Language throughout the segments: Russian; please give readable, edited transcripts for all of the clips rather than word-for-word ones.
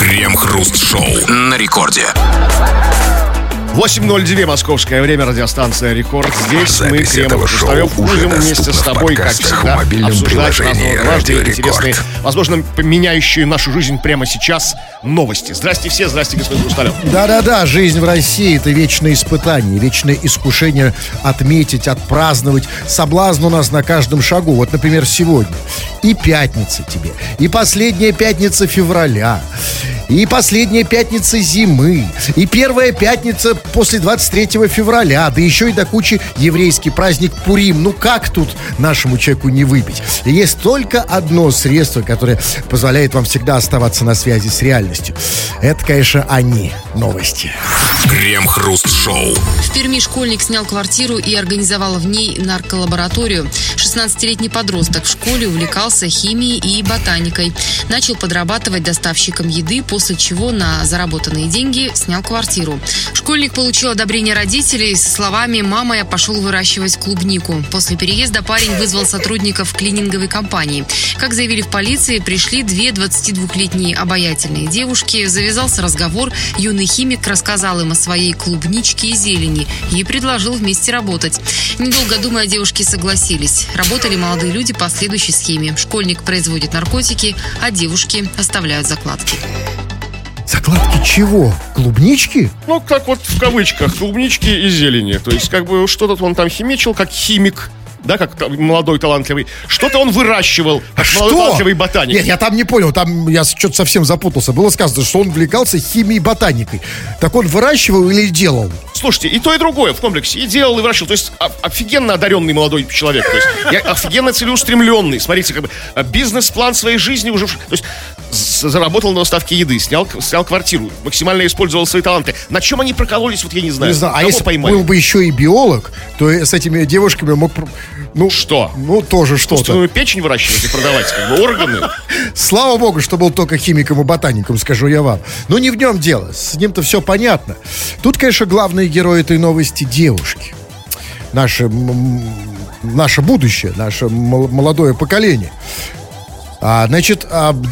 Крем-хруст-шоу на рекорде. 8:02 московское время, радиостанция «Рекорд». Здесь мы, Кремов и Хрусталев, будем вместе с тобой, как всегда, обсуждать разные интересные, возможно, меняющие нашу жизнь прямо сейчас новости. Здрасте все, здрасте, господин Хрусталев. Да-да-да, жизнь в России — это вечное испытание, вечное искушение отметить, отпраздновать. Соблазн у нас на каждом шагу. Вот, например, сегодня и пятница тебе, и последняя пятница февраля, и последняя пятница зимы, и первая пятница после 23 февраля, да еще и до кучи еврейский праздник Пурим. Ну как тут нашему человеку не выпить? И есть только одно средство, которое позволяет вам всегда оставаться на связи с реальностью. Это, конечно, они, новости. Крем-хруст-шоу. В Перми школьник снял квартиру и организовал в ней нарколабораторию. 16-летний подросток в школе увлекался химией и ботаникой. Начал подрабатывать доставщиком еды, после чего на заработанные деньги снял квартиру. Школьник получил одобрение родителей со словами: «Мама, я пошел выращивать клубнику». После переезда парень вызвал сотрудников клининговой компании. Как заявили в полиции, пришли две 22-летние обаятельные девушки. Завязался разговор. Юный химик рассказал им о своей клубничке и зелени и предложил вместе работать. Недолго думая, девушки согласились. Работали молодые люди по следующей схеме. Школьник производит наркотики, а девушки оставляют закладки. Закладки чего? Клубнички? Ну, как вот в кавычках, клубнички и зелени. То есть, как бы, что-то он там химичил, как химик. Да, как молодой талантливый. Что-то он выращивал, как молодой талантливый ботаник. Нет, я там не понял, там я что-то совсем запутался. Было сказано, что он увлекался химией и ботаникой. Так он выращивал или делал? Слушайте, и то, и другое в комплексе. И делал, и выращивал. То есть офигенно одаренный молодой человек. То есть офигенно целеустремленный. Смотрите, как бы бизнес-план своей жизни уже... То есть заработал на доставке еды, снял квартиру, максимально использовал свои таланты. На чем они прокололись, вот я не знаю. Не знаю, а если поймали? Был бы еще и биолог, то с этими девушками мог... Ну, что? Ну, тоже что-то. Искусственную печень выращивать и продавать, как бы, органы. Слава богу, что был только химиком и ботаником, скажу я вам. Но не в нем дело, с ним-то все понятно. Тут, конечно, главные герои этой новости — девушки. Наше будущее, наше молодое поколение. Значит,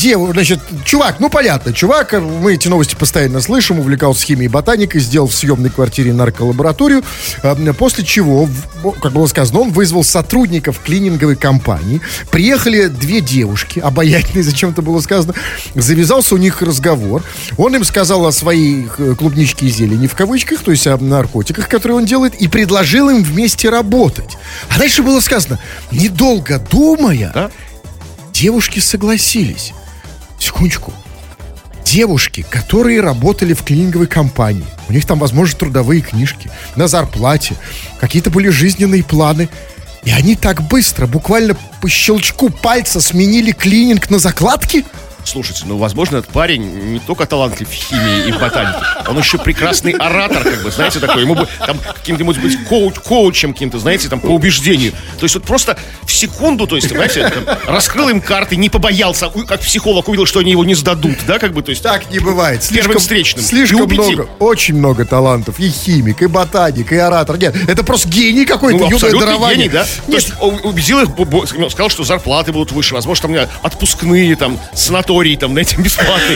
чувак, ну понятно, чувак, мы эти новости постоянно слышим, увлекался химией и ботаникой, сделал в съемной квартире нарколабораторию, после чего, как было сказано, он вызвал сотрудников клининговой компании, приехали две девушки, обаятельные, зачем-то было сказано, завязался у них разговор, он им сказал о своей клубничке и зелени, в кавычках, то есть о наркотиках, которые он делает, и предложил им вместе работать. А дальше было сказано, недолго думая... Да? Девушки согласились. Секундочку. Девушки, которые работали в клининговой компании, у них там, возможно, трудовые книжки, на зарплате, какие-то были жизненные планы. И они так быстро, буквально по щелчку пальца, сменили клининг на закладки. Слушайте, ну, возможно, этот парень не только талантлив в химии и ботанике, он еще прекрасный оратор, как бы, знаете, такой. Ему бы там каким-то, быть, коучем каким-то, знаете, там, по убеждению. То есть вот просто в секунду, то есть, знаете, там, раскрыл им карты, не побоялся, как психолог увидел, что они его не сдадут, да, как бы, то есть... Так не бывает. Первым встречным. Слишком много, очень много талантов. И химик, и ботаник, и оратор. Нет, это просто гений какой-то, юное дарование. Гений, да? То есть убедил их, сказал, что зарплаты будут выше, возможно, там отпускные, там, санатории, там, знаете, бесплатный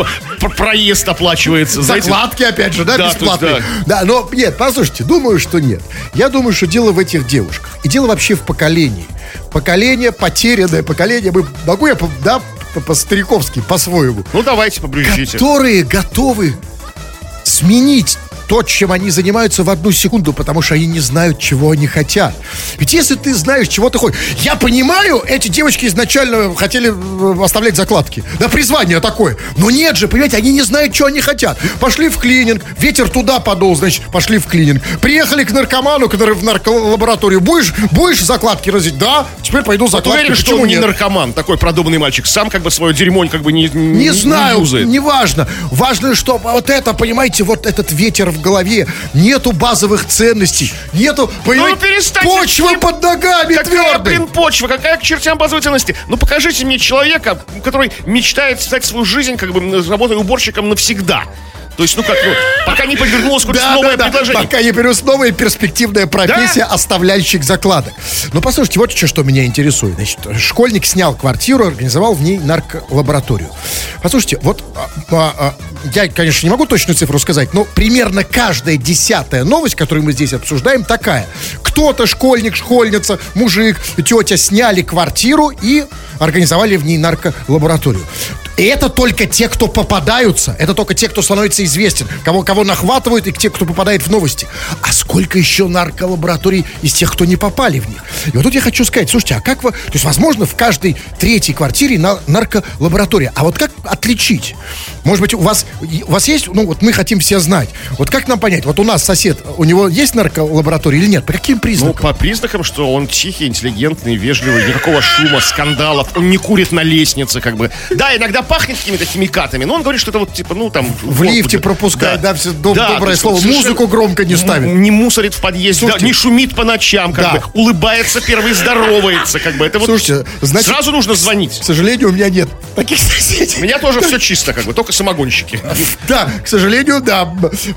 проезд оплачивается. Закладки, опять же, да, бесплатные. Есть, да, но нет, послушайте, думаю, что нет. Я думаю, что дело в этих девушках. И дело вообще в поколении. Поколение, потерянное поколение. Могу я, да, по-стариковски, по-своему. Ну, давайте, побрюзжите. Которые готовы сменить то, чем они занимаются, в одну секунду, потому что они не знают, чего они хотят. Ведь если ты знаешь, чего ты хочешь... Я понимаю, эти девочки изначально хотели оставлять закладки. Да, призвание такое. Но нет же, понимаете, они не знают, чего они хотят. Пошли в клининг, ветер туда подул, значит, пошли в клининг. Приехали к наркоману, который в нарколабораторию. Будешь закладки разить? Да, теперь пойду закладки. Вот уверен, что он не наркоман, такой продуманный мальчик. Сам как бы свое дерьмо как бы не знаю, юзает. Не важно. Важно, что вот это, понимаете, вот этот ветер в голове, нету базовых ценностей, нету, понимаете, почвы под ногами твердой. Какая, блин, почва, какая к чертям базовые ценности? Ну, покажите мне человека, который мечтает стать свою жизнь, как бы, работая уборщиком навсегда. То есть, пока не подвернулось какое-то новое предложение. Пока не появилась новая перспективная профессия оставляльщик закладок. Ну, послушайте, вот что меня интересует. Значит, школьник снял квартиру, организовал в ней нарколабораторию. Послушайте, вот я, конечно, не могу точную цифру сказать, но примерно каждая 10-я новость, которую мы здесь обсуждаем, такая. Кто-то, школьник, школьница, мужик, тетя сняли квартиру и организовали в ней нарколабораторию. И это только те, кто попадаются. Это только те, кто становится известен. Кого нахватывают, и те, кто попадает в новости. А сколько еще нарколабораторий из тех, кто не попали в них? И вот тут я хочу сказать, слушайте, а как вы... То есть, возможно, в каждой третьей квартире нарколаборатория. А вот как отличить? Может быть, у вас есть... Ну, вот мы хотим все знать. Вот как нам понять? Вот у нас сосед, у него есть нарколаборатория или нет? По каким признакам? Ну, по признакам, что он тихий, интеллигентный, вежливый, никакого шума, скандалов, он не курит на лестнице, как бы. Да, иногда пахнет какими-то химикатами, но он говорит, что это вот, типа, в лифте пропускает, все доброе слово. Музыку громко не ставит. Не мусорит в подъезде, не шумит по ночам, как бы. Улыбается первый, здоровается, как бы. Это слушайте, значит, сразу нужно звонить. К сожалению, у меня нет таких соседей. У меня тоже все чисто, как бы, только самогонщики. Да, к сожалению, да.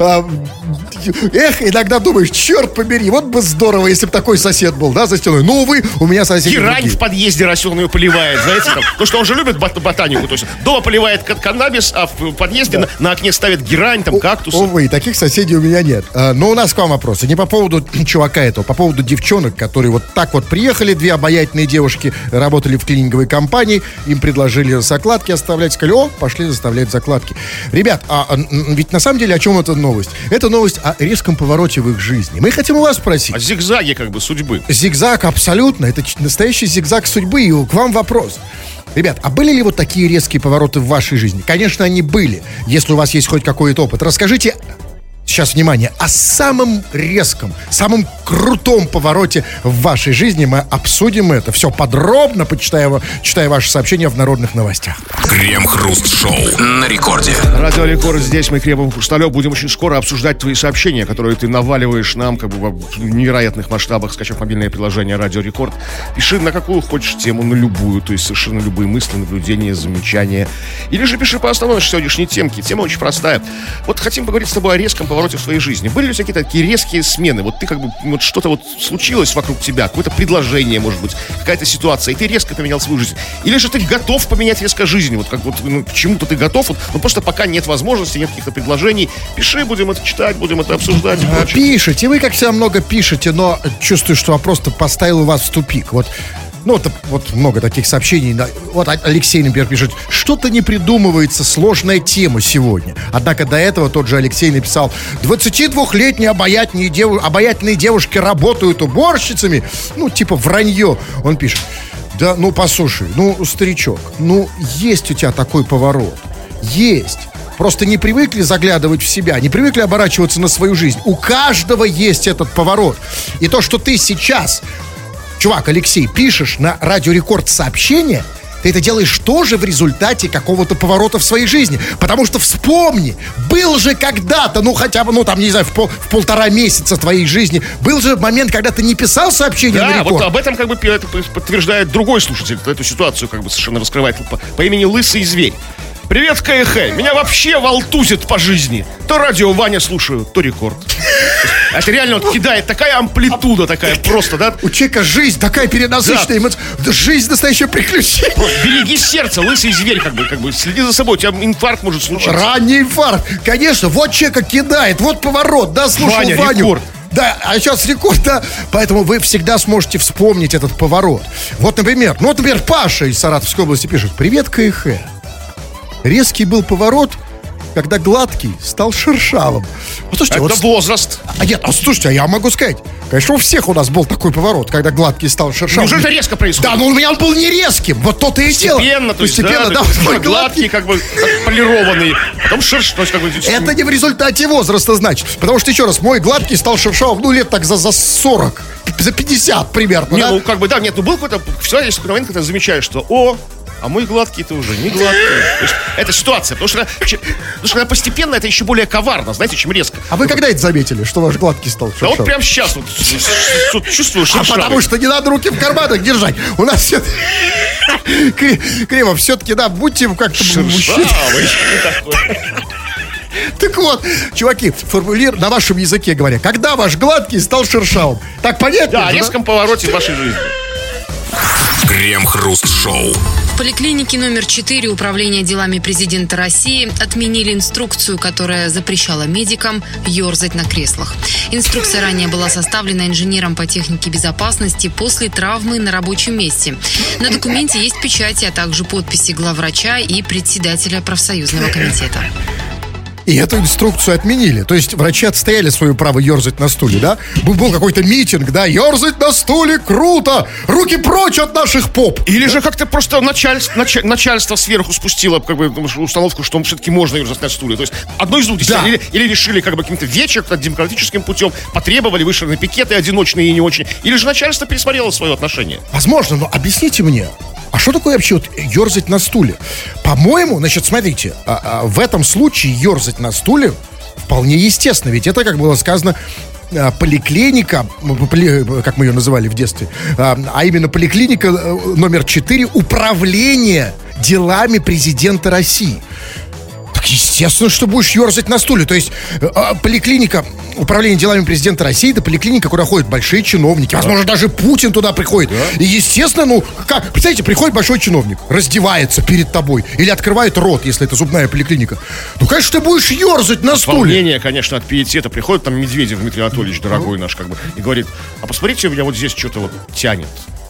Иногда думаешь, черт побери, вот бы здорово, если бы такой сосед был, да, за стеной. Но, увы, у меня соседи герань другие. В подъезде растет, он ее поливает, знаете, там. Потому что он же любит ботанику, то есть дома поливает каннабис, а в подъезде на окне ставит герань, там, кактусы. Увы, таких соседей у меня нет. Но у нас к вам вопросы. Не по поводу чувака этого, по поводу девчонок, которые вот так вот приехали, две обаятельные девушки, работали в клининговой компании, им предложили закладки оставлять, сказали, пошли заставлять закладки. Ребят, ведь на самом деле о чем эта новость? Это новость о резком повороте в их жизни. Мы хотим у вас спросить. О зигзаге, как бы, судьбы. Зигзаг, абсолютно. Это настоящий зигзаг судьбы. И к вам вопрос. Ребят, а были ли вот такие резкие повороты в вашей жизни? Конечно, они были, если у вас есть хоть какой-то опыт. Расскажите, сейчас, внимание, о самом резком, самом крутом повороте в вашей жизни. Мы обсудим это все подробно, читая ваши сообщения в народных новостях. Крем-хруст-шоу на рекорде. Радио Рекорд, здесь мы, Кремов Хрусталев, будем очень скоро обсуждать твои сообщения, которые ты наваливаешь нам, как бы, в невероятных масштабах, скачав мобильное приложение Радио Рекорд. Пиши на какую хочешь тему, на любую, то есть совершенно любые мысли, наблюдения, замечания. Или же пиши по основной нашей сегодняшней темке. Тема очень простая. Вот хотим поговорить с тобой о резком повороте в своей жизни. Были ли у тебя какие-то такие резкие смены? Вот ты как бы, вот что-то вот случилось вокруг тебя, какое-то предложение, может быть, какая-то ситуация, и ты резко поменял свою жизнь. Или же ты готов поменять резко жизнь, вот как вот к чему-то ты готов, но просто пока нет возможности, нет каких-то предложений. Пиши, будем это читать, будем это обсуждать. Пишите, вы как всегда много пишете, но чувствую, что вопрос-то поставил вас в тупик. Вот много таких сообщений. Вот Алексей, например, пишет: что-то не придумывается, сложная тема сегодня. Однако до этого тот же Алексей написал: 22-летние обаятельные девушки работают уборщицами. Типа вранье. Он пишет: да, послушай, старичок, есть у тебя такой поворот. Есть. Просто не привыкли заглядывать в себя, не привыкли оборачиваться на свою жизнь. У каждого есть этот поворот. И то, что ты сейчас, чувак, Алексей, пишешь на Радио Рекорд сообщение, ты это делаешь тоже в результате какого-то поворота в своей жизни. Потому что вспомни, был же когда-то, хотя бы, не знаю, в полтора месяца твоей жизни, был же момент, когда ты не писал сообщение на Рекорд. Вот об этом как бы это подтверждает другой слушатель, эту ситуацию как бы совершенно раскрывает по имени Лысый Зверь. Привет, КХ. Меня вообще волтузит по жизни. То радио Ваня слушаю, то Рекорд. Это реально вот кидает такая амплитуда, такая просто, да? У человека жизнь такая перенасыщенная, жизнь настоящее приключение. Береги сердце, Лысый Зверь, как бы следи за собой, у тебя инфаркт может случиться. Ранний инфаркт, конечно, вот человека кидает, вот поворот, да, слушал Ваню. Рекорд. Да, а сейчас Рекорд, да. Поэтому вы всегда сможете вспомнить этот поворот. Вот, например, Паша из Саратовской области пишет: привет, КХ. Резкий был поворот, когда гладкий стал шершавым. Слушайте, это возраст. Слушайте, я могу сказать, конечно, у всех у нас был такой поворот, когда гладкий стал шершавым. Неужели это резко происходит? Да, у меня он был не резким. Вот то-то и дело. Постепенно, да. Гладкий, как бы полированный, потом шершавый. Это не в результате возраста, значит. Потому что, еще раз, мой гладкий стал шершавым, лет так за 40, за 50 примерно. Был какой-то, всегда есть такой момент, когда замечаешь, что, а мой гладкий-то уже не гладкий. То есть, это ситуация, потому что когда постепенно, это еще более коварно, знаете, чем резко. А вы когда это заметили, что ваш гладкий стал шершавым? Да вот прямо сейчас вот чувствую шершавый. Потому что не надо руки в карманах держать. У нас все... Кремов, все-таки, да, будьте как-то мужчиной. Так вот, чуваки, на вашем языке говоря, когда ваш гладкий стал шершавым? Так понятно? Да, о резком повороте в вашей жизни. Крем-хруст-шоу. В поликлинике номер 4 Управления делами президента России отменили инструкцию, которая запрещала медикам ерзать на креслах. Инструкция ранее была составлена инженером по технике безопасности после травмы на рабочем месте. На документе есть печати, а также подписи главврача и председателя профсоюзного комитета. И эту инструкцию отменили. То есть врачи отстояли свое право ерзать на стуле, да? Был какой-то митинг, да? Ерзать на стуле круто! Руки прочь от наших поп! Или же как-то просто начальство сверху спустило как бы установку, что все-таки можно ерзать на стуле. То есть одно из двух. Да. Или решили как бы каким-то вечером, демократическим путем, потребовали, вышли на пикеты одиночные и не очень. Или же начальство пересмотрело свое отношение. Возможно, но объясните мне, а что такое вообще вот ерзать на стуле? По-моему, значит, смотрите, в этом случае ерзать на стуле вполне естественно. Ведь это, как было сказано, поликлиника, как мы ее называли в детстве, а именно поликлиника номер 4 Управления делами президента России. Так естественно, что будешь ерзать на стуле. То есть поликлиника Управления делами президента России — это поликлиника, куда ходят большие чиновники. Возможно, даже Путин туда приходит. И естественно, представляете, приходит большой чиновник, раздевается перед тобой или открывает рот, если это зубная поликлиника. Ну, конечно, ты будешь ерзать на стуле. Волнение, конечно, от пиетета. Приходит там Медведев Дмитрий Анатольевич, дорогой наш, как бы, и говорит: а посмотрите, у меня вот здесь что-то вот тянет.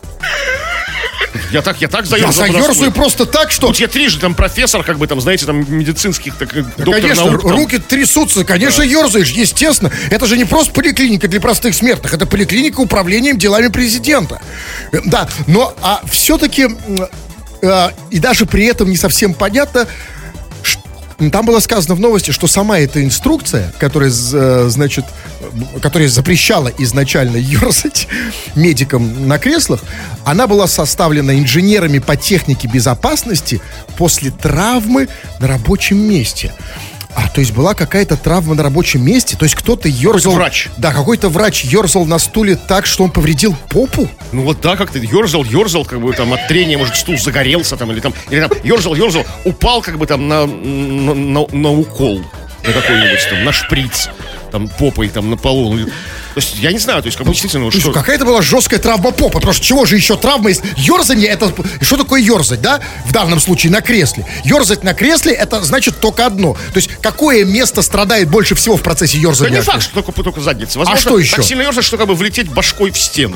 Я так заерзал. Я заерзаю просто так, что... Вот я трижды там профессор, как бы там, знаете, там медицинских, доктор конечно, наук. Там. Руки трясутся, конечно, ерзаешь, естественно. Это же не просто поликлиника для простых смертных, это поликлиника Управлением делами президента. Да, но все-таки, и даже при этом не совсем понятно, там было сказано в новости, что сама эта инструкция, которая, значит, которая запрещала изначально ерзать медикам на креслах, она была составлена инженерами по технике безопасности после травмы на рабочем месте. То есть была какая-то травма на рабочем месте? То есть кто-то ерзал... Врач. Да, какой-то врач ерзал на стуле так, что он повредил попу? Ну вот да, как-то ерзал, как бы там от трения, может, стул загорелся там, или там ерзал, упал как бы там на укол, на какой-нибудь там, на шприц, там попой там на полу. То есть, я не знаю, то есть, как бы действительно, что... Какая-то была жесткая травма попы, потому что чего же еще травма есть? Ерзание, это... Что такое ерзать, да? В данном случае на кресле. Ерзать на кресле, это значит только одно. То есть, какое место страдает больше всего в процессе ерзания? Да не факт, что только задница. Возможно, что еще? Так сильно ерзать, что как бы влететь башкой в стену.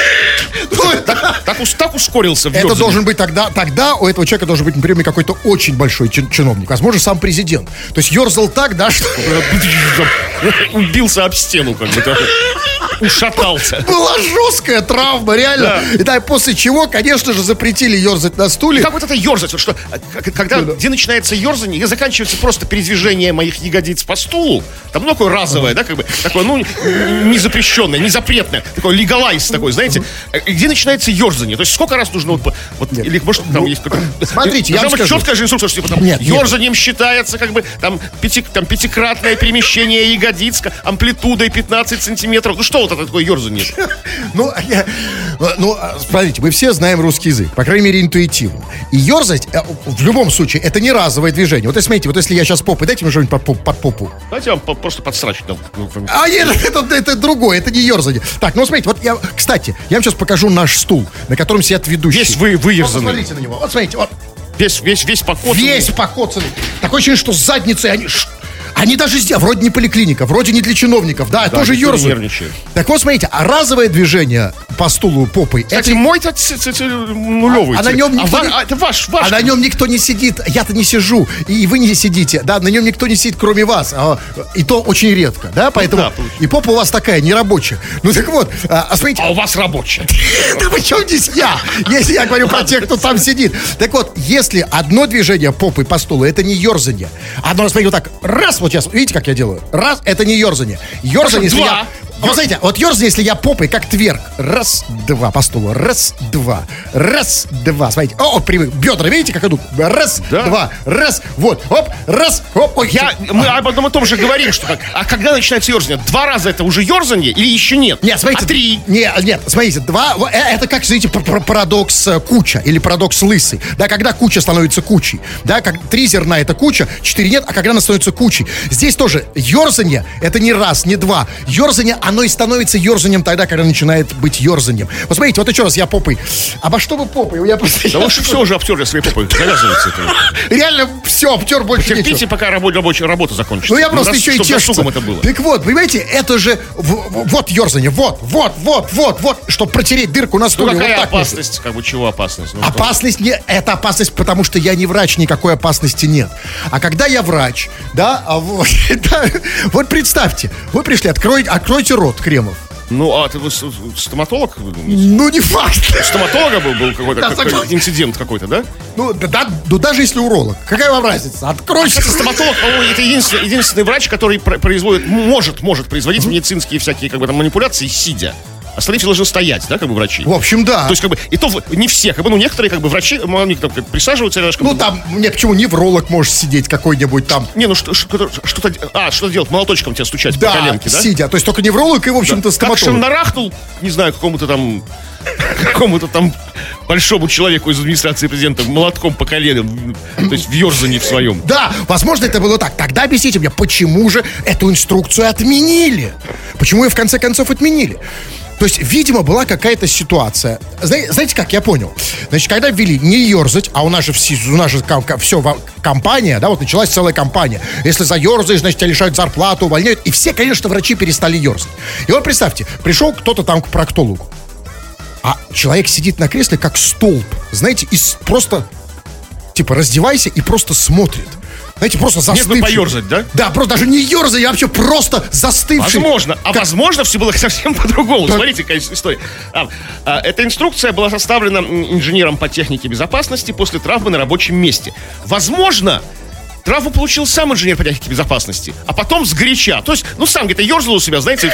Так ускорился в ерзании. Это должен быть тогда у этого человека должен быть, например, какой-то очень большой чиновник. Возможно, сам президент. То есть, ерзал так, да, что... Убился об стену, как бы. Ушатался. Была жесткая травма, реально. Да. И так, после чего, конечно же, запретили ерзать на стуле. И как вот это ерзать? Вот что, где начинается ерзание, где заканчивается просто передвижение моих ягодиц по стулу, там такое разовое, да, как бы, такое, не запрещенное, не запретное, такое легалайз такой, знаете. Где начинается ерзание? То есть сколько раз нужно или может там есть какой-то... Смотрите, я вам скажу. Четкая же инструкция, что типа там ерзанием считается, как бы, там пятикратное перемещение ягодиц, амплитудой 15 сантиметров. Ну что вот это такое ерзание? Смотрите, мы все знаем русский язык, по крайней мере, интуитивно. И ерзать, в любом случае, это не разовое движение. Вот смотрите, вот если я сейчас попой, дайте мне что-нибудь под попу. Давайте вам просто подсрачь. Нет, это другое, это не ерзание. Так, смотрите, вот кстати, я вам сейчас покажу наш стул, на котором сидят ведущие. Весь выерзанный. Вот посмотрите на него, вот смотрите, вот. Весь покоцанный. Весь покоцанный. Такое ощущение, что с задницей они даже здесь, вроде не поликлиника, вроде не для чиновников, да, тоже ерзают. Так вот, смотрите, разовое движение по стулу попой. Кстати, мой-то нулевый. А на нем это ваш. А на нем никто не сидит, я-то не сижу, и вы не сидите, да, на нем никто не сидит, кроме вас, и то очень редко, да, поэтому, и попа у вас такая, нерабочая. Ну так вот, смотрите. А у вас рабочая. Да при чем здесь я? Если я говорю про тех, кто там сидит. Так вот, если одно движение попой по стулу, это не ерзание. Одно, смотрите, вот так, раз, вот сейчас, видите, как я делаю? Раз, это не ерзание. Ерзание, если я... Вот знаете, вот ерзание, если я попой, как тверк. Раз, два по стулу. Раз, два. Раз, два. Смотрите. О, привык. Бедра, видите, как идут? Раз, два. Раз. Вот. Оп. Раз. Оп. Ой, Мы об одном и том же говорим, что а когда начинается ерзание? 2 раза это уже ерзание или еще нет? Нет, смотрите. 3. Нет, смотрите, 2. Это как, смотрите, парадокс куча или парадокс лысый. Да, когда куча становится кучей. Да, как 3 зерна это куча, 4 нет, а когда она становится кучей. Здесь тоже ерзание, это не раз, не 2. Ерзание, оно и становится ерзанием тогда, когда начинает быть ерзанием. Вот смотрите, вот еще раз я попой. Обо что вы попой? Я просто... Да вы все уже обтерли своей попой. Завязывается это. Реально все, обтер больше нечего. Терпите, пока рабочая работа закончится. Ну я просто еще и чешется. Это было. Так вот, понимаете, это же вот ерзание, вот, чтобы протереть дырку на стуле. Ну какая вот так опасность? Как бы чего опасность? Ну, опасность не, это опасность, потому что я не врач, никакой опасности нет. А когда я врач, да, вот представьте, вы пришли, откройте рот, Кремов. Ну, а ты стоматолог? Ну, не факт. У стоматолога был какой-то инцидент какой-то, да? Ну, даже если уролог. Какая вам разница? Откройте. Стоматолог, по-моему, это единственный врач, который может производить медицинские всякие как бы там манипуляции, сидя. Остальные все должны стоять, да, как бы врачи. В общем, да. То есть, как бы, и то не все, как бы, ну, некоторые, как бы, врачи, они там присаживаются рядышком. Ну, там, почему невролог может сидеть какой-нибудь там. Не, ну, что делать, молоточком тебя стучать по коленке, да? Сидя, то есть только невролог и, в общем-то, стоматолог. Как шандарахнул, не знаю, какому-то там большому человеку из администрации президента молотком по коленям, то есть в ерзании в своем. Да, возможно, это было так. Тогда объясните мне, почему же эту инструкцию отменили? Почему ее в конце концов отменили? То есть, видимо, была какая-то ситуация. Знаете, как я понял? Значит, когда ввели не ерзать, а у нас же все компания, да, вот началась целая компания. Если заерзаешь, значит, тебя лишают зарплату, увольняют. И все, конечно, врачи перестали ерзать. И вот представьте, пришел кто-то там к проктологу, а человек сидит на кресле как столб, знаете, и просто, типа, раздевайся и просто смотрит. Знаете, просто застывший. Нет, поерзать, да? Да, просто даже не ерзать, а вообще просто застывший. Возможно. Возможно, все было совсем по-другому. Да. Смотрите, какая история. Эта инструкция была составлена инженером по технике безопасности после травмы на рабочем месте. Возможно, травму получил сам инженер по технике безопасности, а потом сгоряча. То есть, сам где-то ерзал у себя, знаете,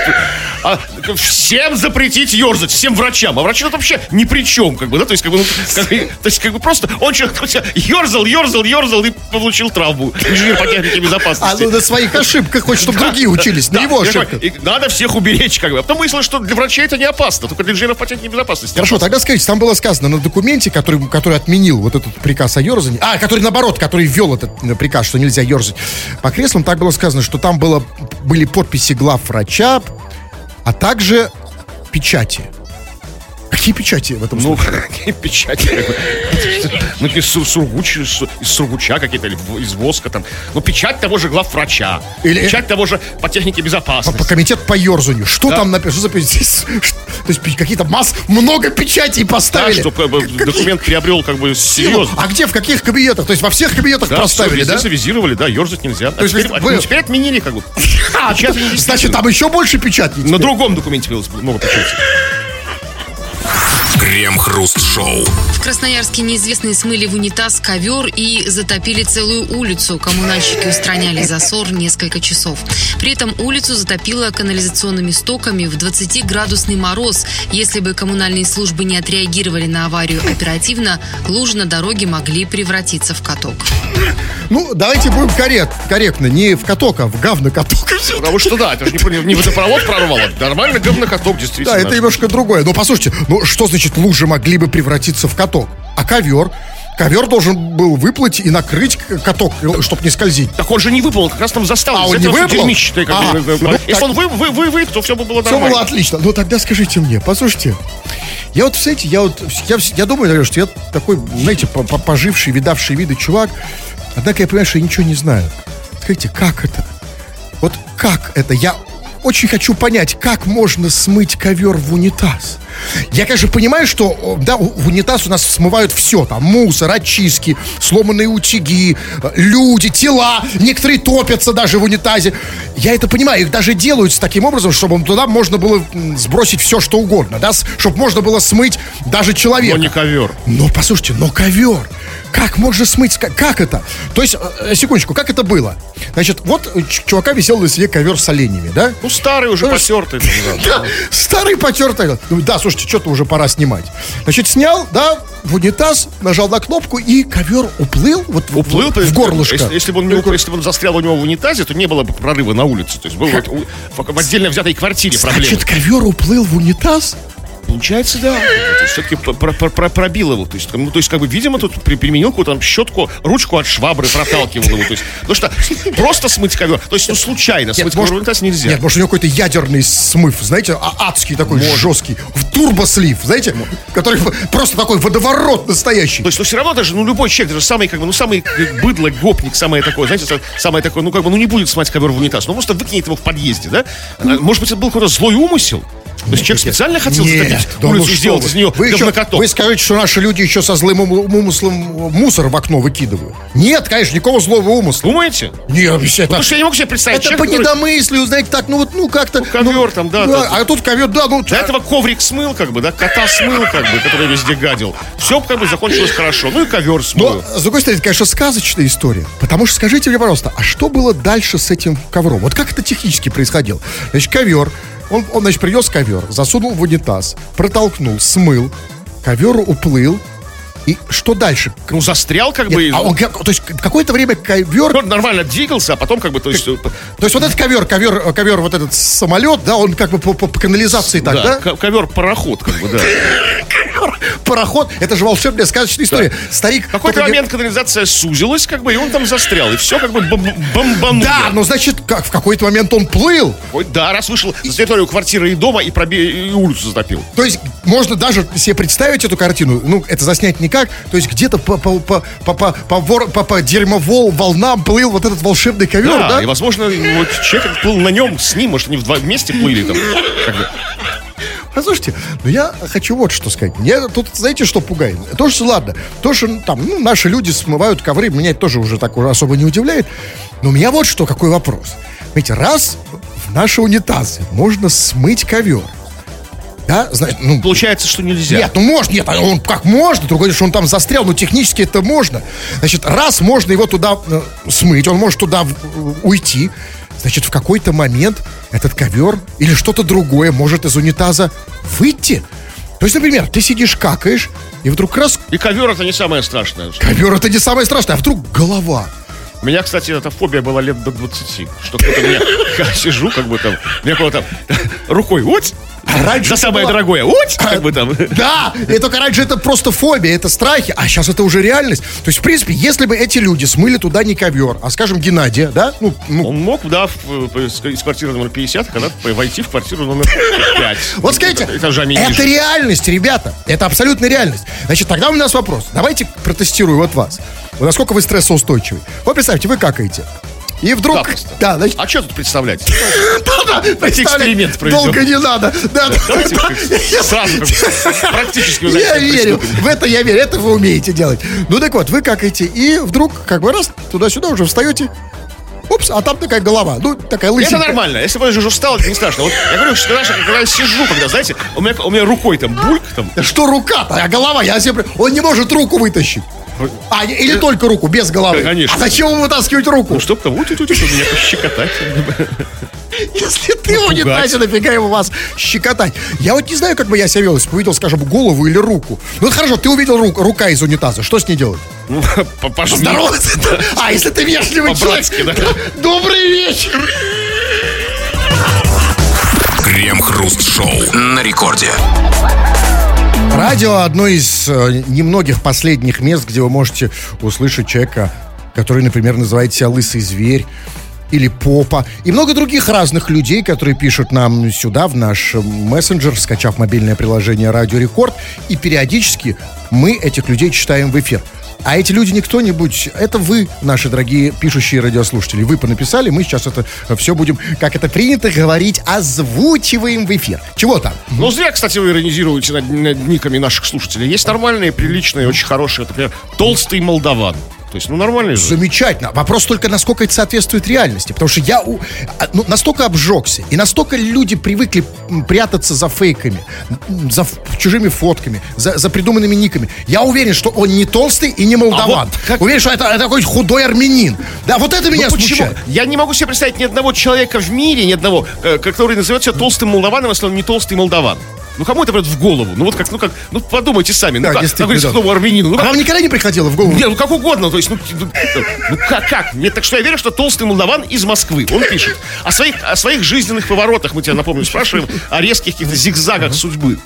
всем запретить ерзать, всем врачам. А врачи тут вообще ни при чем, как бы, да, то есть, просто он ерзал и получил травму. Инженер по технике безопасности. На своих ошибках хочет, чтобы другие учились, на его ошибках. Надо всех уберечь, как бы. А потом выяснилось, что для врачей это не опасно, только для инженеров по технике безопасности. Хорошо, тогда скажите, там было сказано на документе, который отменил вот этот приказ о ерзании, который наоборот, который ввел этот приказ, что нельзя ерзать по креслам, так было сказано, что там были подписи главврача, а также печати. Какие печати в этом случае? Какие печати? Из сургуча какие-то, или из воска там. Печать того же главврача. Печать того же по технике безопасности. По комитету по ерзанию. Что там написано? То есть какие-то много печатей поставили. Да, чтобы документ приобрел как бы серьезно. А где, в каких кабинетах? То есть во всех кабинетах поставили, да? Завизировали, да, ерзать нельзя. Теперь отменили как бы. Значит, там еще больше печатей. На другом документе появилось много печатей. Крем-хруст-шоу. В Красноярске неизвестные смыли в унитаз ковер и затопили целую улицу. Коммунальщики устраняли засор несколько часов. При этом улицу затопило канализационными стоками в 20-градусный мороз. Если бы коммунальные службы не отреагировали на аварию оперативно, лужи на дороге могли превратиться в каток. Давайте будем корректно. Не в каток, а в говнокаток. Потому что да, это же не водопровод прорвало. Нормально говнокаток, действительно. Да, это немножко другое. Но послушайте, что значит лужи могли бы превратиться в каток? А ковер? Ковер должен был выплыть и накрыть каток, чтобы не скользить. Так он же не выплыл, как раз там застал. А он не выплыл? Если он вывыт, то все бы было нормально. Все было отлично. Тогда скажите мне, послушайте, я думаю, что я такой, знаете, поживший, видавший виды чувак, однако я понимаю, что я ничего не знаю. Скажите, как это? Вот как это? Я очень хочу понять, как можно смыть ковер в унитаз. Я, конечно, понимаю, что в унитаз у нас смывают все. Там мусор, очистки, сломанные утюги, люди, тела. Некоторые топятся даже в унитазе. Я это понимаю. Их даже делают таким образом, чтобы туда можно было сбросить все, что угодно. Да? Чтобы можно было смыть даже человека. Но не ковер. Но, послушайте, ковер. Как можно смыть? Как это? То есть, секундочку, как это было? Значит, вот у чувака висел на себе ковер с оленями, да? Ну, старый уже, потертый. Да, старый потертый. Ну, да, слушайте, что-то уже пора снимать. Значит, снял, да, в унитаз, нажал на кнопку, и ковер уплыл вот Уплыл, в горлышко. Если бы он застрял у него в унитазе, то не было бы прорыва на улице. То есть был в отдельно взятой квартире проблема. Значит, ковер уплыл в унитаз? Получается, да. Все-таки пробил его. То есть, как бы, видимо, тут применил какую-то там щетку, ручку от швабры проталкивал его. То есть, потому что просто смыть ковер. То есть, случайно смыть ковер в унитаз нельзя. Нет, может, у него какой-то ядерный смыв, знаете, адский такой, жесткий. В турбослив, знаете, который просто такой водоворот настоящий. То есть, все равно даже, любой человек, даже самый, как бы, самый быдло, гопник, самое такое, знаете, самое такое, не будет смыть ковер в унитаз, просто выкинет его в подъезде, да? Может быть, это был какой-то злой умысел? То есть человек специально хотел затопить улицу и сделать из нее говнокаток? Вы скажете, что наши люди еще со злым умыслом мусор в окно выкидывают? Нет, конечно, никакого злого умысла. Думаете? Нет, обещаю. Потому что я не могу себе представить. Это по недомыслию, знаете, так, как-то. Ковер там, да. А тут ковер, да. До этого коврик смыл, как бы, да, кота смыл, как бы, который везде гадил. Все, как бы, закончилось хорошо. Ну и ковер смыл. Но, с другой стороны, это, конечно, сказочная история. Потому что, скажите мне, пожалуйста, а что было дальше с этим ковром? Вот как это технически происходило? Значит, ковер. Он, значит, принес ковер, засунул в унитаз, протолкнул, смыл, ковер уплыл. И что дальше? Застрял, как бы. То есть какое-то время ковер... нормально двигался, а потом, как бы, то есть... То есть вот этот ковер, вот этот самолет, да, он как бы по канализации так, да? Ковер-пароход, как бы, да. Пароход, это же волшебная сказочная история. Старик... В какой-то момент канализация сузилась, как бы, и он там застрял. И все, как бы, бомбануло. Да, но значит, в какой-то момент он плыл. Да, раз вышел за территорию квартиры и дома, и улицу затопил. То есть можно даже себе представить эту картину, это заснять никак. То есть где-то по дерьмовол волнам плыл вот этот волшебный ковер, да? И, возможно, вот человек плыл на нем с ним, может, они вместе плыли там. Послушайте, я хочу вот что сказать. Мне тут, знаете, что пугает? То, что, ладно, то, что там, наши люди смывают ковры, меня это тоже уже так особо не удивляет. Но у меня вот что, какой вопрос. Знаете, раз в наши унитазы можно смыть ковер, да, получается, что нельзя. Нет, можно, он как можно, другое, что он там застрял, но технически это можно. Значит, раз можно его туда смыть, он может туда уйти, значит, в какой-то момент этот ковер или что-то другое может из унитаза выйти. То есть, например, ты сидишь, какаешь, и вдруг раз... И ковер это не самое страшное. Ковер это не самое страшное, а вдруг голова. У меня, кстати, эта фобия была лет до 20. Что кто-то меня... Я сижу, как бы там... Меня кого-то там рукой... Вот! Раньше за самое дорогое. Вот! Как бы там... Да! И только раньше это просто фобия, это страхи. А сейчас это уже реальность. То есть, в принципе, если бы эти люди смыли туда не ковер, а, скажем, Геннадия, да? Он мог, да, из квартиры номер 50 когда-то войти в квартиру номер 5. Вот скажите, это реальность, ребята. Это абсолютная реальность. Значит, тогда у нас вопрос. Давайте протестирую вот вас. Насколько вы стрессоустойчивы. Вот представьте, вы какаете. И вдруг... Да, значит... А что тут представлять? Давайте эксперимент проведем. Долго не надо. Сразу практически. Я верю. В это я верю. Это вы умеете делать. Ну так вот, вы какаете. И вдруг, как бы раз, туда-сюда уже встаете. Упс, а там такая голова, такая лысенькая. Это нормально, если бы я уже встал, это не страшно. Вот я говорю, что когда я сижу, знаете, у меня рукой там бульк там. Да что рука-то, а голова, он не может руку вытащить. Или только руку, без головы. Конечно. А зачем ему вытаскивать руку? Чтоб там, чтобы меня пощекотать. Если ты в унитазе, нафига его вас щекотать? Я вот не знаю, как бы я себя вел, если бы увидел, скажем, голову или руку. Ну хорошо, ты увидел рука из унитаза, что с ней делать? Поздороваться. А если ты вежливый человек? Добрый вечер. Крем-хруст-шоу на рекорде. Радио — одно из немногих последних мест, где вы можете услышать человека, который, например, называет себя «лысый зверь» или «попа», и много других разных людей, которые пишут нам сюда, в наш мессенджер, скачав мобильное приложение «Радио Рекорд», и периодически мы этих людей читаем в эфир. А эти люди не кто-нибудь, это вы, наши дорогие пишущие радиослушатели. Вы понаписали, мы сейчас это все будем, как это принято говорить, озвучиваем в эфир. Чего там? Ну, зря, кстати, вы иронизируете над никами наших слушателей. Есть нормальные, приличные, очень хорошие. Например, толстый молдаван. То есть, нормально же. Замечательно. Вопрос только, насколько это соответствует реальности. Потому что я настолько обжегся, и настолько люди привыкли прятаться за фейками, за чужими фотками, за придуманными никами. Я уверен, что он не толстый и не молдаван. Уверен, что это такой худой армянин. Да, вот это меня смущает. Я не могу себе представить ни одного человека в мире, ни одного, который назовет себя толстым молдаваном, если он не толстый молдаван. Кому это придет в голову? Подумайте сами. Да, говорится, худому армянину. А вам никогда не приходило в голову? Нет, как угодно. То есть, как? Нет, так что я верю, что толстый молдаван из Москвы. Он пишет о своих жизненных поворотах. Мы тебя, напомню, спрашиваем о резких каких-то зигзагах судьбы.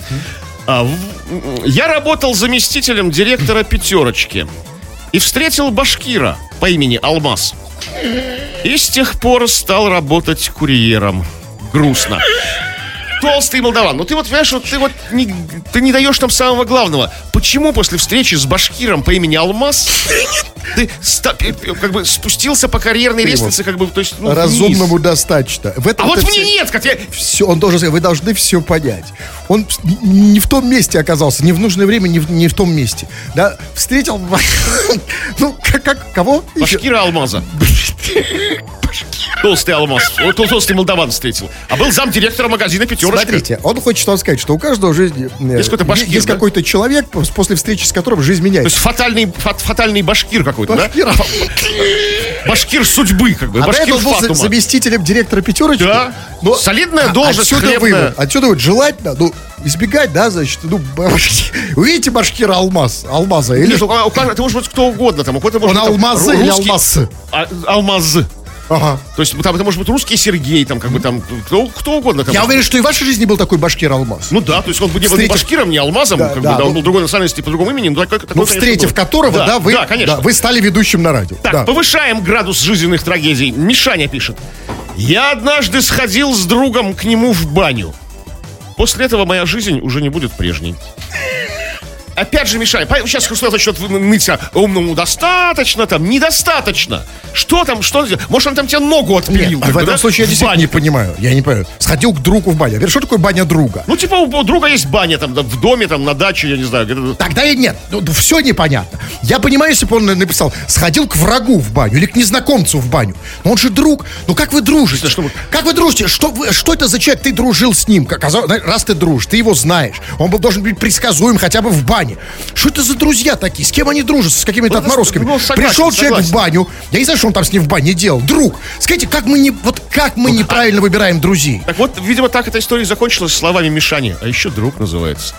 Я работал заместителем директора «Пятерочки» и встретил башкира по имени Алмаз. И с тех пор стал работать курьером. Грустно. Толстый молдаван. Ты понимаешь, ты не даешь нам самого главного. Почему после встречи с башкиром по имени Алмаз ты спустился по карьерной лестнице, то есть, разумному вниз? Достаточно. Мне нет, как я... Все, он должен сказать, вы должны все понять. Он не в том месте оказался, не в нужное время, не в том месте. Да, встретил... Кого? Башкира Алмаза. Толстый Алмаз. Толстый молдаван встретил. А был замдиректора магазина «Пятерочка». Смотрите, он хочет вам сказать, что у каждого в жизни есть какой-то человек, после встречи с которым жизнь меняется. То есть фатальный башкир какой-то, да? Башкир судьбы, башкир Фатума. Он был заместителем директора «Пятерочки». Да. Но солидная должность, хлебная. Отсюда желательно, избегать, да, значит, увидите башкира Алмаза. Или... Это может быть кто угодно. Он Алмазы или Алмазы? Алмазы. Ага. То есть это может быть русский Сергей, кто угодно. Я уверен, что и в вашей жизни был такой башкир Алмаз. То есть он был не башкиром, не Алмазом, он был другой национальности, по другому имени, встретив которого, вы стали ведущим на радио. Так, повышаем градус жизненных трагедий. Мишаня пишет. Я однажды сходил с другом к нему в баню. После этого моя жизнь уже не будет прежней. Опять же, Мишаня, сейчас Христос начнет ныть, умному достаточно, недостаточно. Что там, может, он там тебе ногу отпилил? Нет, в этом случае я действительно не понимаю. Я не понимаю. Сходил к другу в баню. Что такое баня друга? У друга есть баня в доме, на даче, я не знаю. Тогда и нет. Все непонятно. Я понимаю, если бы он написал, сходил к врагу в баню или к незнакомцу в баню. Но он же друг. Как вы дружите? Как вы дружите? Что это за человек? Ты дружил с ним. Раз ты дружишь, ты его знаешь. Он должен быть предсказуем хотя бы в бане. Что это за друзья такие? С кем они дружат? С какими-то отморозками? Пришел человек в баню. Я не знаю, что он там с ним в бане делал. Друг. Скажите, как мы неправильно выбираем друзей? Так видимо, так эта история закончилась словами Мишани. А еще друг называется.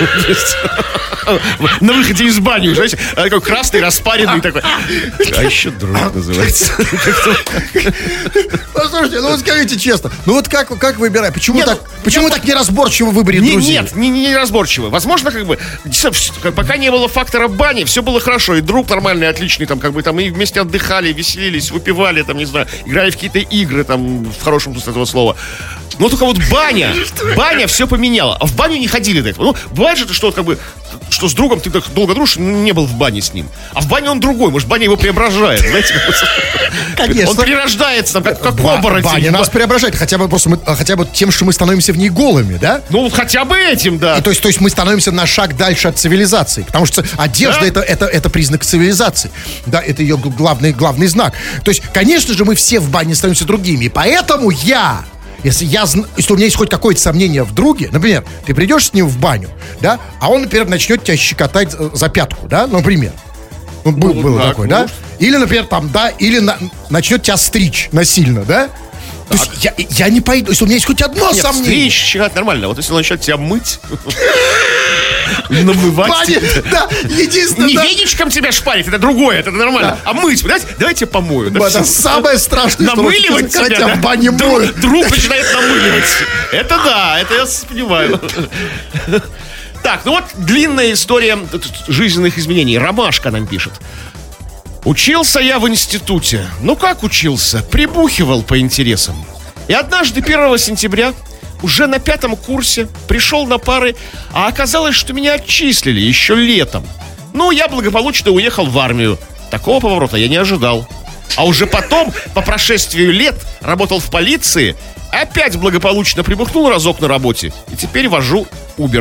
На выходе из бани, знаете, такой красный, распаренный такой. А еще друг называется. Послушайте, скажите честно. Как выбираем? Почему так неразборчиво в выборе друзей? Нет, не неразборчиво. Возможно, пока не было фактора бани, все было хорошо. И друг нормальный, отличный, и вместе отдыхали, веселились, выпивали, играли в какие-то игры, в хорошем смысле этого слова. Но только баня все поменяла. А в баню не ходили до этого. Бывает же, что с другом ты так долго дружишь, не был в бане с ним. А в бане он другой, может, баня его преображает, знаете? Конечно. Он перерождается, как оборотень. Баня нас преображает, хотя бы тем, что мы становимся в ней голыми, да? Хотя бы этим, да. То есть мы становимся на шаг дальше от цивилизации. Потому что одежда это признак цивилизации. Да, это ее главный знак. То есть, конечно же, мы все в бане становимся другими. И поэтому если у меня есть хоть какое-то сомнение в друге, например, ты придешь с ним в баню, да, а он, например, начнет тебя щекотать за пятку, да, например. Было такое, да? Или, например, начнет тебя стричь насильно, да? То есть я не пойду, если у меня есть хоть одно сомнение. Стричь, щекотать нормально. Вот если он начнет тебя мыть, намывать. Да, единственное. Не веничком тебя шпарить, это другое, это нормально. А мыть, давайте помою. Это самое страшное, что намыливать тебя, в бане моют. Друг начинает намыливать. Это да, это я понимаю. Так, длинная история жизненных изменений. Ромашка нам пишет. Учился я в институте. Как учился? Прибухивал по интересам. И однажды, 1 сентября, уже на 5 курсе, пришел на пары, а оказалось, что меня отчислили еще летом. Я благополучно уехал в армию. Такого поворота я не ожидал. А уже потом, по прошествию лет, работал в полиции, опять благополучно прибухнул разок на работе. И теперь вожу Uber.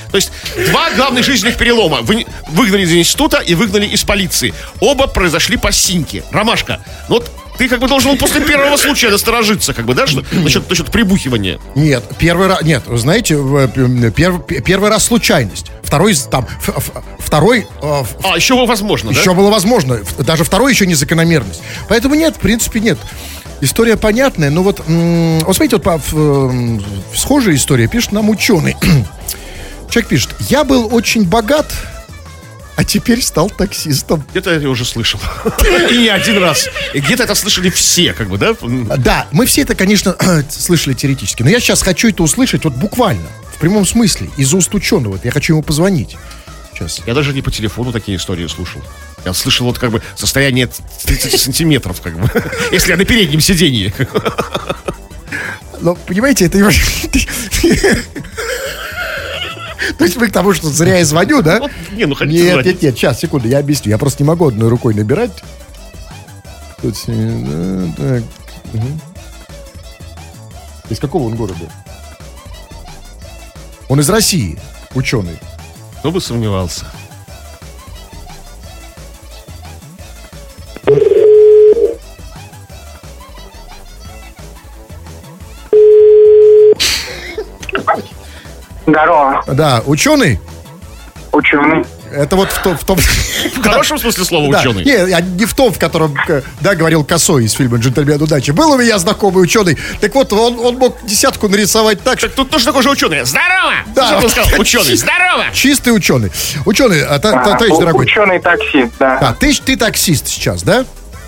То есть два главных жизненных перелома. Выгнали из института и выгнали из полиции. Оба произошли по синьке. Ромашка, ну вот ты как бы должен был после первого случая насторожиться, как бы, да, что насчет прибухивания. Нет, первый раз, нет, вы знаете, первый раз случайность. Второй, еще возможно, да? Еще было возможно. Даже второй еще не закономерность. Поэтому нет, в принципе, нет. История понятная, но вот смотрите, вот схожая история пишет нам ученый. Человек пишет: я был очень богат, а теперь стал таксистом. Где-то я уже слышал. И не один раз. И где-то это слышали все, как бы, да? Да, мы все это, конечно, слышали теоретически. Но я сейчас хочу это услышать вот буквально, в прямом смысле, из уст ученого. Я хочу ему позвонить. Сейчас. Я даже не по телефону такие истории слушал. Я слышал вот как бы состояние 30 сантиметров, как бы. Если я на переднем сиденье. Но, понимаете, это... То есть мы к тому, что зря я звоню, да? Нет, сейчас, секунду, я объясню. Я просто не могу одной рукой набирать. Тут... Так. Из какого он города? Он из России, ученый. Кто бы сомневался. Здорово. Да, ученый? Ученый. Это вот в том... В хорошем смысле слова ученый. Не в том, в котором, да, говорил Косой из фильма «Джентльмен удачи». Был у меня знакомый ученый. Так вот, он мог десятку нарисовать так, что... Так тут тоже такой же ученый. Здорово! Да. Что сказал? Ученый. Здорово! Чистый ученый. Ученый, товарищ дорогой. Ученый-таксист, да. Да, ты таксист сейчас, да?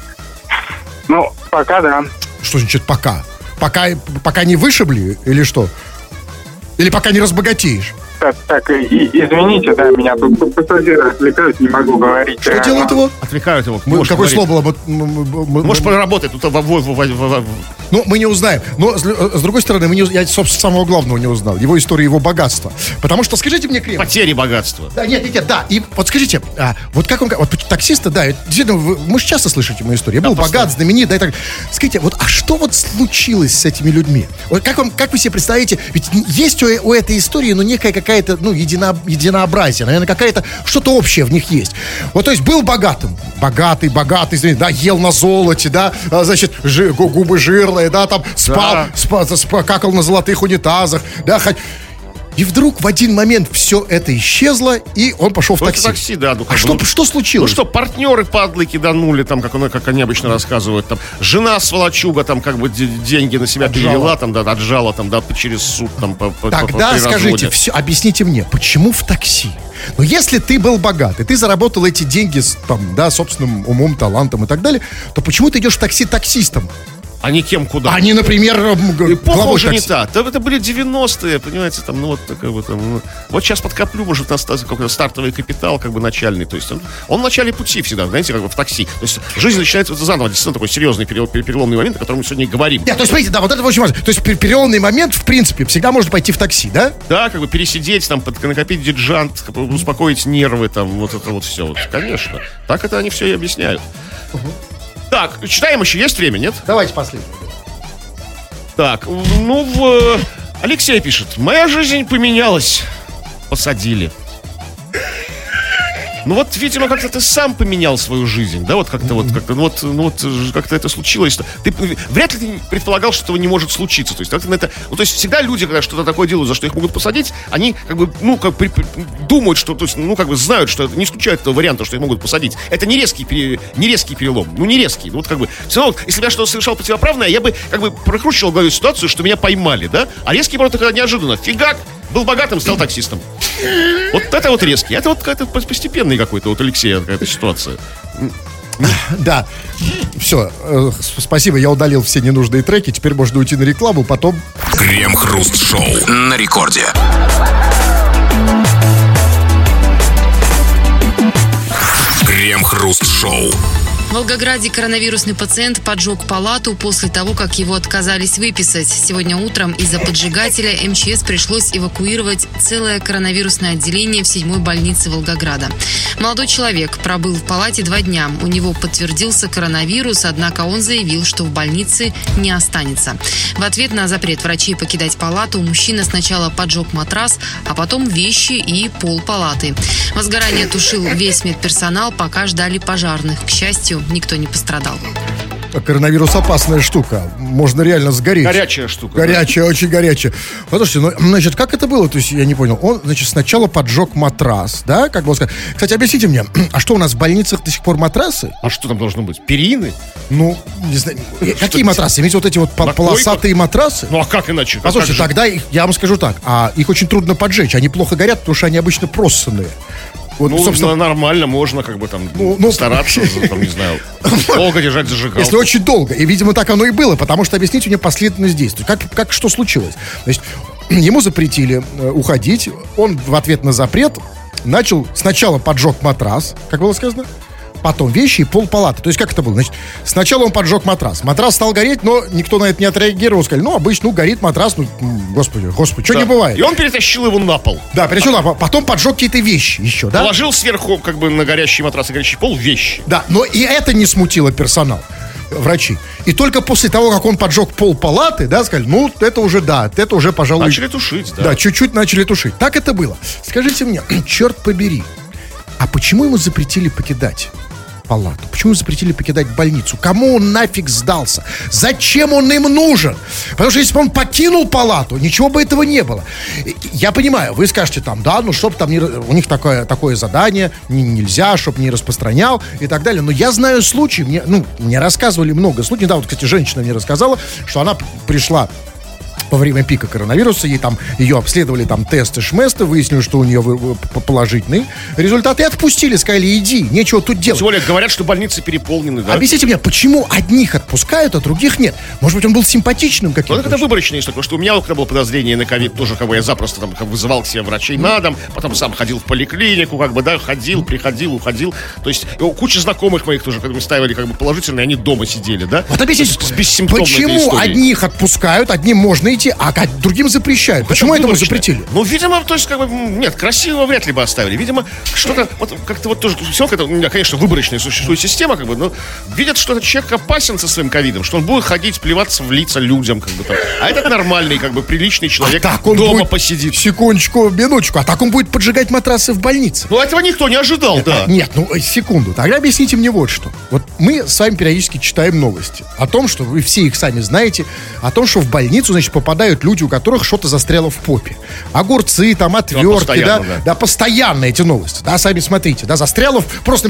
Ну, пока да. Что значит пока? Пока не вышибли или что? Или пока не разбогатеешь? Так, извините, да, меня тут пассажиры отвлекают, не могу говорить. Что делают его? Отвлекают его. Какое слово было? Может, поработать тут Ну, мы не узнаем. Но, с другой стороны, я, собственно, самого главного не узнал. Его историю, его богатства. Потому что, скажите мне, Крем... Потери богатства. Да, нет, да. И вот скажите, вот как он... Вот таксиста, да, действительно, мы же часто слышите мою историю. Я был богат, знаменит, да, и так... Скажите, вот, а что вот случилось с этими людьми? Вот как вы себе представляете? Ведь есть у этой истории, ну, некая какая-то, ну, единообразие. Наверное, какая-то... Что-то общее в них есть. Вот, то есть, был богатым. Богатый, да, ел на золоте, да, значит, губы жирные, да, там спал, какал на золотых унитазах, да, и вдруг в один момент все это исчезло, и он пошел в такси. Да, что случилось? Ну что, партнеры падлы киданули, там, как они обычно рассказывают, там, жена сволочуга, там, как бы деньги на себя перевела, там, да, отжала, там, да, через суд, там, Тогда скажите, объясните мне, почему в такси? Но если ты был богат, и ты заработал эти деньги, там, да, собственным умом, талантом и так далее, то почему ты идешь в такси таксистом? А не кем куда? Они, например, эпоха уже не та. Это были 90-е, понимаете, там, ну вот такая вот там. Ну, вот сейчас подкоплю, может, у нас какой-то стартовый капитал, как бы начальный. То есть он в начале пути всегда, знаете, как бы в такси. То есть жизнь начинается заново, действительно такой серьезный переломный момент, о котором мы сегодня и говорим. Да, то есть, смотрите, да, вот это очень важно. То есть переломный момент, в принципе, всегда можно пойти в такси, да? Да, как бы пересидеть, там, накопить диджант, успокоить нервы, там, вот это вот все. Вот, конечно. Так это они все и объясняют. Так, читаем еще, есть время, нет? Давайте последний. Так, Алексей пишет: моя жизнь поменялась. Посадили. Ну вот, видимо, как-то ты сам поменял свою жизнь, да, вот как-то как-то это случилось. Ты вряд ли ты предполагал, что этого не может случиться. То есть, как-то это, то есть всегда люди, когда что-то такое делают, за что их могут посадить, они как бы, думают, что, то есть, как бы знают, что не исключают этого варианта, что их могут посадить. Это не резкий перелом, не резкий. Вот как бы, все равно, если бы я что-то совершал противоправное, я бы как бы прокручивал в голове ситуацию, что меня поймали, да, а резкий поворот когда неожиданно, фигак, был богатым, стал таксистом. Вот это вот резкий. Это вот какая-то постепенный какой-то вот Алексея какая-то ситуация. Да. Все. Спасибо, я удалил все ненужные треки. Теперь можно уйти на рекламу, потом... Крем-хруст-шоу на рекорде. Крем-хруст-шоу. В Волгограде коронавирусный пациент поджег палату после того, как его отказались выписать. Сегодня утром из-за поджигателя МЧС пришлось эвакуировать целое коронавирусное отделение в 7-й больнице Волгограда. Молодой человек пробыл в палате 2 дня. У него подтвердился коронавирус, однако он заявил, что в больнице не останется. В ответ на запрет врачей покидать палату мужчина сначала поджег матрас, а потом вещи и пол палаты. Возгорание тушил весь медперсонал, пока ждали пожарных. К счастью, никто не пострадал. Коронавирус опасная штука. Можно реально сгореть. Горячая штука. Горячая, очень горячая. Послушайте, значит, как это было? То есть, я не понял. Он, значит, сначала поджег матрас, да? Как бы он сказал. Кстати, объясните мне, а что у нас в больницах до сих пор матрасы? А что там должно быть? Перины? Ну, не знаю. Какие матрасы? Имеете вот эти вот полосатые матрасы? Ну, а как иначе? Послушайте, тогда я вам скажу так. Их очень трудно поджечь. Они плохо горят, потому что они обычно просанные. Вот, собственно, нормально, можно как бы там стараться, там, не знаю, долго держать зажигалку. Если очень долго. И, видимо, так оно и было, потому что объясните мне последовательность действий. Как что случилось? Значит, ему запретили уходить. Он в ответ на запрет начал сначала поджег матрас, как было сказано, потом вещи и пол палаты. То есть, как это было? Значит, сначала он поджег матрас. Матрас стал гореть, но никто на это не отреагировал. Сказали, обычно, горит матрас. Господи, что не бывает. И он перетащил его на пол. Да, перетащил на пол. Потом поджег какие-то вещи еще, да? Положил сверху, как бы, на горящий матрас и горящий пол вещи. Да, но и это не смутило персонал, врачи. И только после того, как он поджег пол палаты, да, сказали, это уже, пожалуй... Начали тушить, да. Да, чуть-чуть начали тушить. Так это было. Скажите мне, черт побери, а почему ему запретили покидать палату? Почему запретили покидать больницу? Кому он нафиг сдался? Зачем он им нужен? Потому что если бы он покинул палату, ничего бы этого не было. Я понимаю, вы скажете там, чтоб там у них такое задание, нельзя, чтоб не распространял и так далее. Но я знаю случаи, мне рассказывали много случаев. Да, вот, кстати, женщина мне рассказала, что она пришла во время пика коронавируса, ее обследовали тесты, шместы, выяснили, что у нее положительные результаты, и отпустили, сказали, иди, нечего тут делать. Тем более говорят, что больницы переполнены, да? Объясните мне, почему одних отпускают, а других нет? Может быть, он был симпатичным каким-то? Это выборочная история, потому что у меня, когда было подозрение на ковид, тоже, я запросто вызывал к себе врачей на дом, потом сам ходил в поликлинику, ходил, приходил, уходил. То есть куча знакомых моих тоже, когда мы ставили положительные, они дома сидели, да? Вот объясните, почему одних отпускают, одним можно идти, а другим запрещают? Почему этому запретили? Видимо, то есть, нет, красиво вряд ли бы оставили. Видимо, что-то, как-то тоже, все, у меня, конечно, выборочная существует система, но видят, что этот человек опасен со своим ковидом, что он будет ходить, плеваться в лица людям, А этот нормальный, приличный человек дома посидит. Секундочку, минуточку, а так он будет поджигать матрасы в больнице. Этого никто не ожидал, да. Нет, секунду, тогда объясните мне вот что. Вот мы с вами периодически читаем новости о том, что вы все их сами знаете, о том, что в больницу, попадают люди, у которых что-то застряло в попе. Огурцы, отвертки, да, постоянно эти новости, да, сами смотрите, да, застряло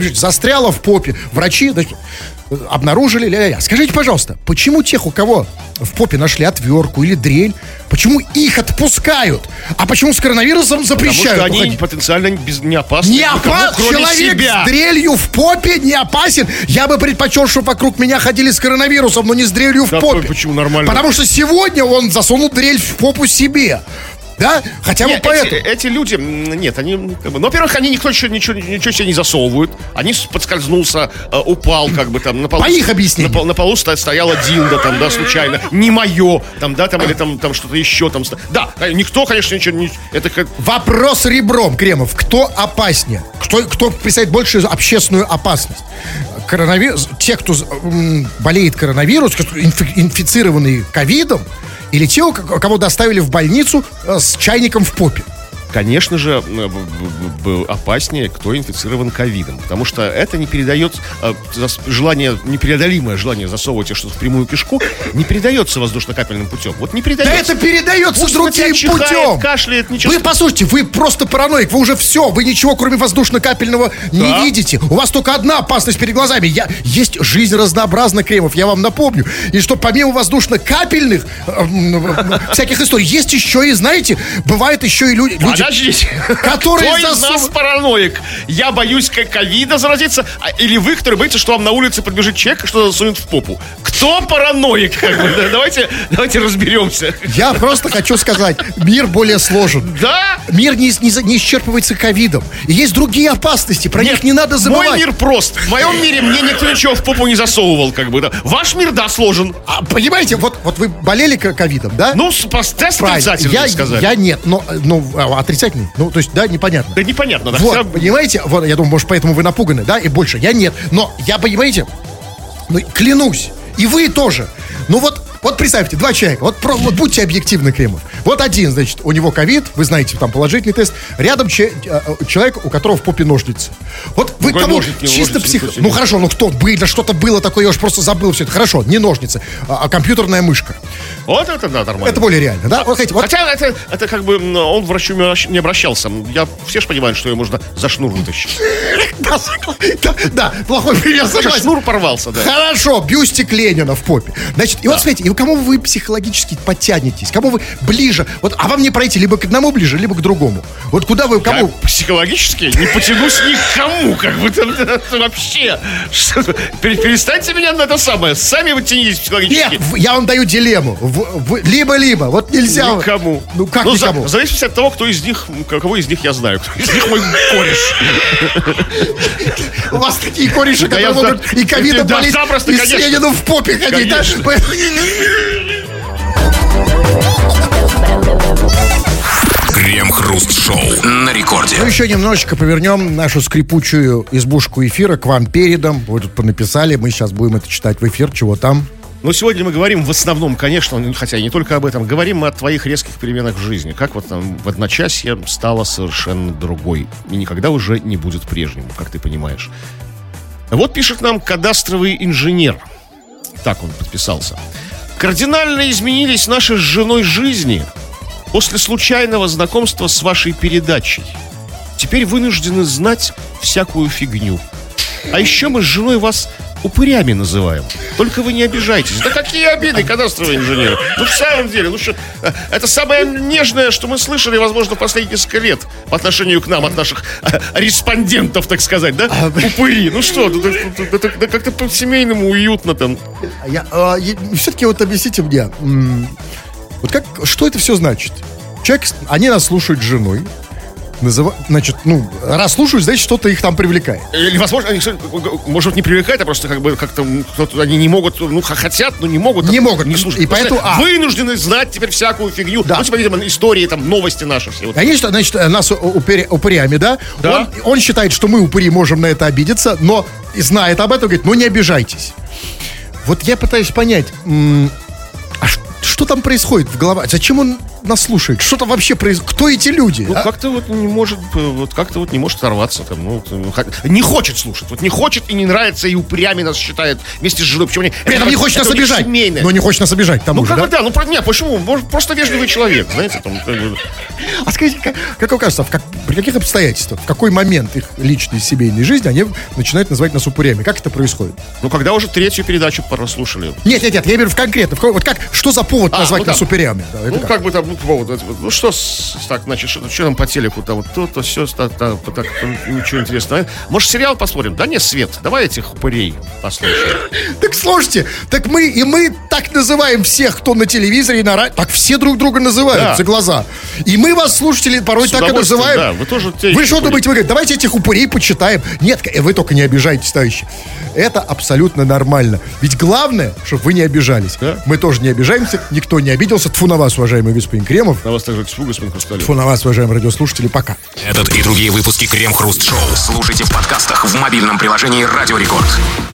в попе. Врачи, обнаружили, ля-ля-ля. Скажите, пожалуйста, почему тех, у кого в попе нашли отвертку или дрель, почему их отпускают, а почему с коронавирусом запрещают? Потому что они потенциально не опасны. Не опасен? Человек с дрелью в попе не опасен? Я бы предпочел, чтобы вокруг меня ходили с коронавирусом, но не с дрелью в попе. Почему нормально? Потому что сегодня он засунул дрель в попу себе. Да? Хотя бы поэтому. Эти люди, нет, они, во-первых, они ничего себе не засовывают. Они подскользнулся, упал, на полу. По их объяснению. На полу стояла дилда, случайно. Не мое, или что-то еще. Да, никто, конечно, ничего не... Вопрос ребром, Кремов. Кто опаснее? Кто представляет большую общественную опасность? Те, кто болеет коронавирусом, инфицированные ковидом, или те, кого доставили в больницу с чайником в попе? Конечно же, опаснее, кто инфицирован ковидом. Потому что это не передает непреодолимое желание засовывать что-то в прямую кишку, не передается воздушно-капельным путем. Не передается. Да это передается другим путем. Кашляет, ничего. Вы послушайте, вы просто параноик, вы уже все, вы ничего кроме воздушно-капельного не видите. У вас только одна опасность перед глазами. Есть жизнь разнообразна, Кремов, я вам напомню. И что помимо воздушно-капельных всяких историй, есть еще и, знаете, бывает еще и люди Подождите. Который Кто из нас параноик? Я боюсь ковида заразиться, или вы, который боится, что вам на улице подбежит человек и что-то засунет в попу? Кто параноик? Давайте разберемся. Я просто хочу сказать, мир более сложен. Да? Мир не исчерпывается ковидом. И есть другие опасности, про них не надо забывать. Мой мир прост. В моем мире мне никто ничего в попу не засовывал, Да. Ваш мир, да, сложен. Понимаете, вот вы болели ковидом, да? Ну, тест отрицательный, сказали. Я нет, но отрицательный. Ну, то есть, да, непонятно. Да непонятно, да. Вот, понимаете, вот, я думаю, может, поэтому вы напуганы, да, и больше. Я нет, но я, понимаете, клянусь, и вы тоже. Ну вот представьте, два человека, вот будьте объективны, Кремов. Вот один, значит, у него ковид, вы знаете, там положительный тест. Рядом человек, у которого в попе ножницы. Вот вы кому чисто Ну хорошо, кто что-то было такое, я уж просто забыл все это. Хорошо, не ножницы, а компьютерная мышка. Вот это, да, нормально. Это более реально, да? Хотя это как бы он к врачу не обращался. Все же понимают, что ее можно за шнур вытащить. Да, плохой пример, согласен. Шнур порвался, да. Хорошо, бюстик Ленина в попе. Значит, и вот смотрите, и кому вы психологически подтянетесь, кому вы ближе, вот, а вам не пройти либо к одному ближе, либо к другому. Вот куда вы, кому? Я психологически не потянусь ни к кому, это вообще. Перестаньте меня на это самое, сами вы тянитесь психологически. Нет, я вам даю дилемму, либо, вот нельзя. Никому. Ну как никому? В зависимости от того, кого из них я знаю, кто из них мой кореш. У вас такие кореши, которые могут и ковидом болеть, и с Лениным в попе ходить, да? Крем-хруст-шоу на рекорде. Ну, еще немножечко повернем нашу скрипучую избушку эфира к вам передом. Вы тут понаписали, мы сейчас будем это читать в эфир, чего там. Но сегодня мы говорим в основном, конечно, хотя и не только об этом, говорим о твоих резких переменах в жизни. Как вот там в одночасье стала совершенно другой. И никогда уже не будет прежним, как ты понимаешь. Вот пишет нам кадастровый инженер. Так он подписался. Кардинально изменились наши с женой жизни после случайного знакомства с вашей передачей. Теперь вынуждены знать всякую фигню. А еще мы с женой вас упырями называем. Только вы не обижайтесь. Да какие обиды, кадастровые инженеры. Ну, в самом деле, это самое нежное, что мы слышали, возможно, в последние несколько лет по отношению к нам, от наших респондентов, так сказать, да? Упыри. Ну что, это как-то по-семейному уютно там. Все-таки вот объясните мне, вот что это все значит? Они нас слушают с женой. Значит, раз слушают, значит, что-то их там привлекает. Или, возможно, может, не привлекает, а просто как-то они не могут, хотят, но не могут. Не могут. Не слушать. И поэтому вынуждены знать теперь всякую фигню. Да. Ну, типа, видимо, истории, там, новости наши все. Конечно, значит, нас упырями, да? Да. Он считает, что мы, упыри, можем на это обидеться, но знает об этом, говорит, не обижайтесь. Вот я пытаюсь понять, что там происходит в голове? Зачем он нас слушает? Что там вообще происходит? Кто эти люди? Как-то не может оторваться там, не хочет слушать, не хочет и не нравится, и упрями нас считает вместе с женой. Причем при этом не хочет нас обижать. Но не хочет нас обижать, к тому же, да? Нет, почему? Просто вежливый человек, знаете, там. А скажите, как вам кажется, при каких обстоятельствах, в какой момент их личной семейной жизни они начинают называть нас упырями? Как это происходит? Когда уже третью передачу прослушали. Нет, я беру в конкретно. Вот что за повод назвать нас упырями? Что так, значит, что там по телеку, там то, все, так, ничего интересного. Может, сериал посмотрим? Да нет, Свет, давай этих упырей послушаем. Так слушайте, мы так называем всех, кто на телевизоре и на радио. Так все друг друга называют за глаза. И мы вас, слушатели, порой так и называем. Да, вы тоже. Вы что думаете, вы говорите, давайте этих упырей почитаем. Нет, вы только не обижайтесь, товарищи. Это абсолютно нормально. Ведь главное, чтобы вы не обижались. Да? Мы тоже не обижаемся, никто не обиделся. Тьфу на вас, уважаемый господин Кремов. На вас также тьфу, господин Хрусталев. Тьфу на вас, уважаемые радиослушатели, пока. Этот и другие выпуски Крем-хруст шоу слушайте в подкастах в мобильном приложении Радио Рекорд.